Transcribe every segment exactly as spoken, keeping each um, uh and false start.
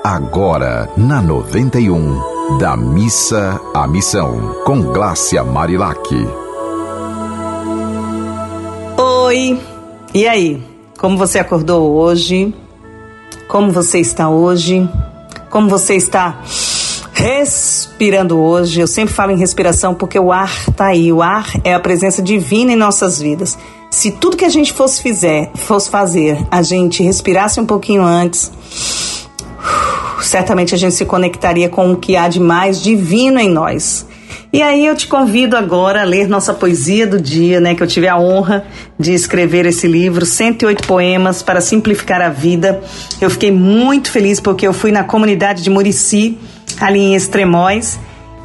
Agora, na noventa e um, da missa à missão, com Glácia Marilac. Oi, e aí? Como você acordou hoje? Como você está hoje? Como você está respirando hoje? Eu sempre falo em respiração porque o ar está aí. O ar é a presença divina em nossas vidas. Se tudo que a gente fosse, fizer, fosse fazer, a gente respirasse um pouquinho antes, certamente a gente se conectaria com o que há de mais divino em nós. E aí eu te convido agora a ler nossa poesia do dia, né? Que eu tive a honra de escrever esse livro, cento e oito poemas para simplificar a vida. Eu fiquei muito feliz porque eu fui na comunidade de Murici, ali em Extremóis,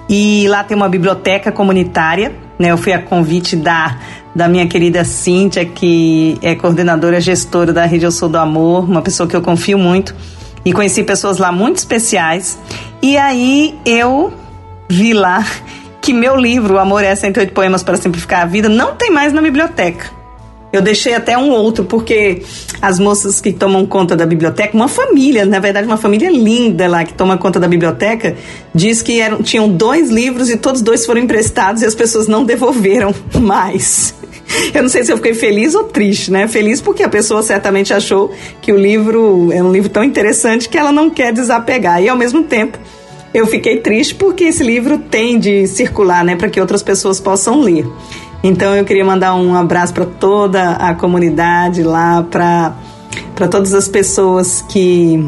e lá tem uma biblioteca comunitária, né? Eu fui a convite da, da minha querida Cíntia, que é coordenadora gestora da Rede Eu Sou do Amor, uma pessoa que eu confio muito. E conheci pessoas lá muito especiais. E aí eu vi lá que meu livro, O Amor é cento e oito Poemas para Simplificar a Vida, não tem mais na biblioteca. Eu deixei até um outro, porque as moças que tomam conta da biblioteca, uma família, na verdade uma família linda lá que toma conta da biblioteca, diz que eram, tinham dois livros e todos dois foram emprestados e as pessoas não devolveram mais. Eu não sei se eu fiquei feliz ou triste, né? Feliz porque a pessoa certamente achou que o livro é um livro tão interessante que ela não quer desapegar. E ao mesmo tempo, eu fiquei triste porque esse livro tem de circular, né? Para que outras pessoas possam ler. Então eu queria mandar um abraço para toda a comunidade lá, para para todas as pessoas que,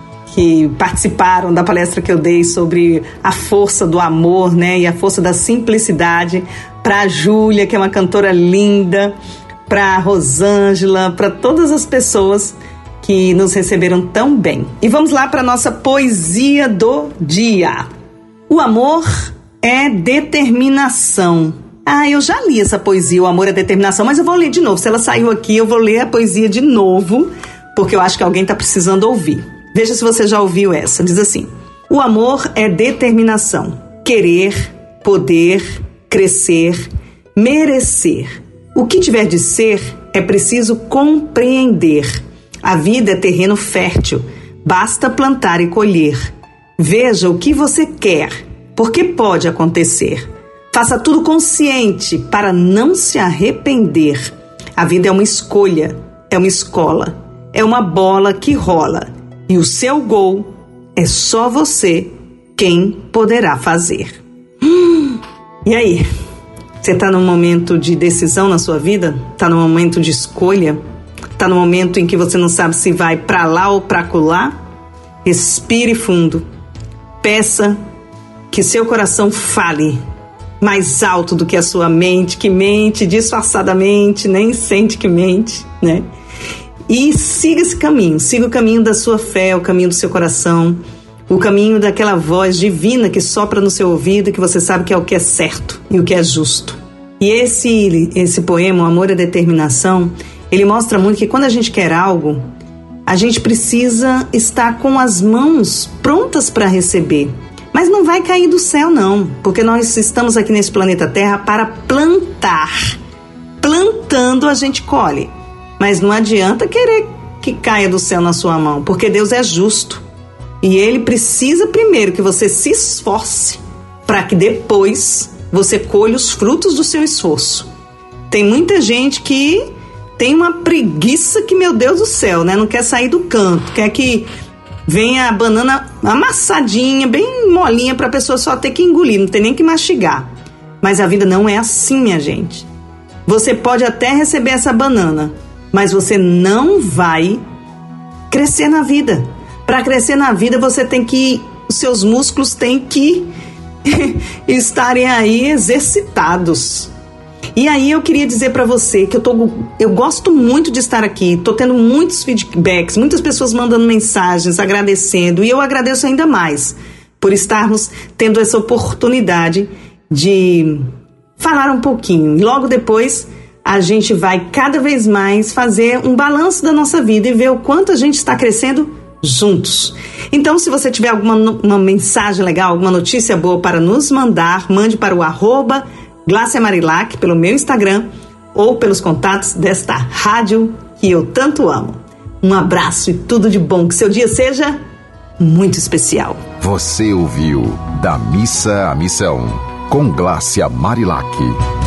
que participaram da palestra que eu dei sobre a força do amor, né? E a força da simplicidade. Para a Júlia, que é uma cantora linda, para a Rosângela, para todas as pessoas que nos receberam tão bem. E vamos lá para a nossa poesia do dia. O amor é determinação. Ah, eu já li essa poesia, O Amor é Determinação, mas eu vou ler de novo. Se ela saiu aqui, eu vou ler a poesia de novo, porque eu acho que alguém está precisando ouvir. Veja se você já ouviu essa. Diz assim: o amor é determinação. Querer, poder, crescer, merecer. O que tiver de ser é preciso compreender. A vida é terreno fértil, basta plantar e colher. Veja o que você quer, porque pode acontecer. Faça tudo consciente para não se arrepender. A vida é uma escolha, é uma escola, é uma bola que rola. E o seu gol é só você quem poderá fazer. Hum. E aí, você está num momento de decisão na sua vida? Está num momento de escolha? Está num momento em que você não sabe se vai para lá ou para acolá? Respire fundo. Peça que seu coração fale mais alto do que a sua mente, que mente disfarçadamente, nem sente que mente, né? E siga esse caminho, siga o caminho da sua fé, o caminho do seu coração, o caminho daquela voz divina que sopra no seu ouvido, que você sabe que é o que é certo e o que é justo. E esse, esse poema, O Amor é Determinação, ele mostra muito que quando a gente quer algo, a gente precisa estar com as mãos prontas para receber. Mas não vai cair do céu, não, porque nós estamos aqui nesse planeta Terra para plantar. Plantando a gente colhe. Mas não adianta querer que caia do céu na sua mão, porque Deus é justo. E Ele precisa primeiro que você se esforce para que depois você colhe os frutos do seu esforço. Tem muita gente que tem uma preguiça que, meu Deus do céu, né? Não quer sair do canto, quer que venha a banana amassadinha, bem molinha, para a pessoa só ter que engolir, não tem nem que mastigar. Mas a vida não é assim, minha gente. Você pode até receber essa banana, mas você não vai crescer na vida. Para crescer na vida, você tem que... Os seus músculos têm que estarem aí exercitados. E aí eu queria dizer para você que eu, tô, eu gosto muito de estar aqui. Estou tendo muitos feedbacks, muitas pessoas mandando mensagens, agradecendo. E eu agradeço ainda mais por estarmos tendo essa oportunidade de falar um pouquinho. E logo depois a gente vai cada vez mais fazer um balanço da nossa vida e ver o quanto a gente está crescendo juntos. Então, se você tiver alguma uma mensagem legal, alguma notícia boa para nos mandar, mande para o arroba Glácia Marilac pelo meu Instagram ou pelos contatos desta rádio que eu tanto amo. Um abraço e tudo de bom. Que seu dia seja muito especial. Você ouviu Da Missa à Missão, com Glácia Marilac.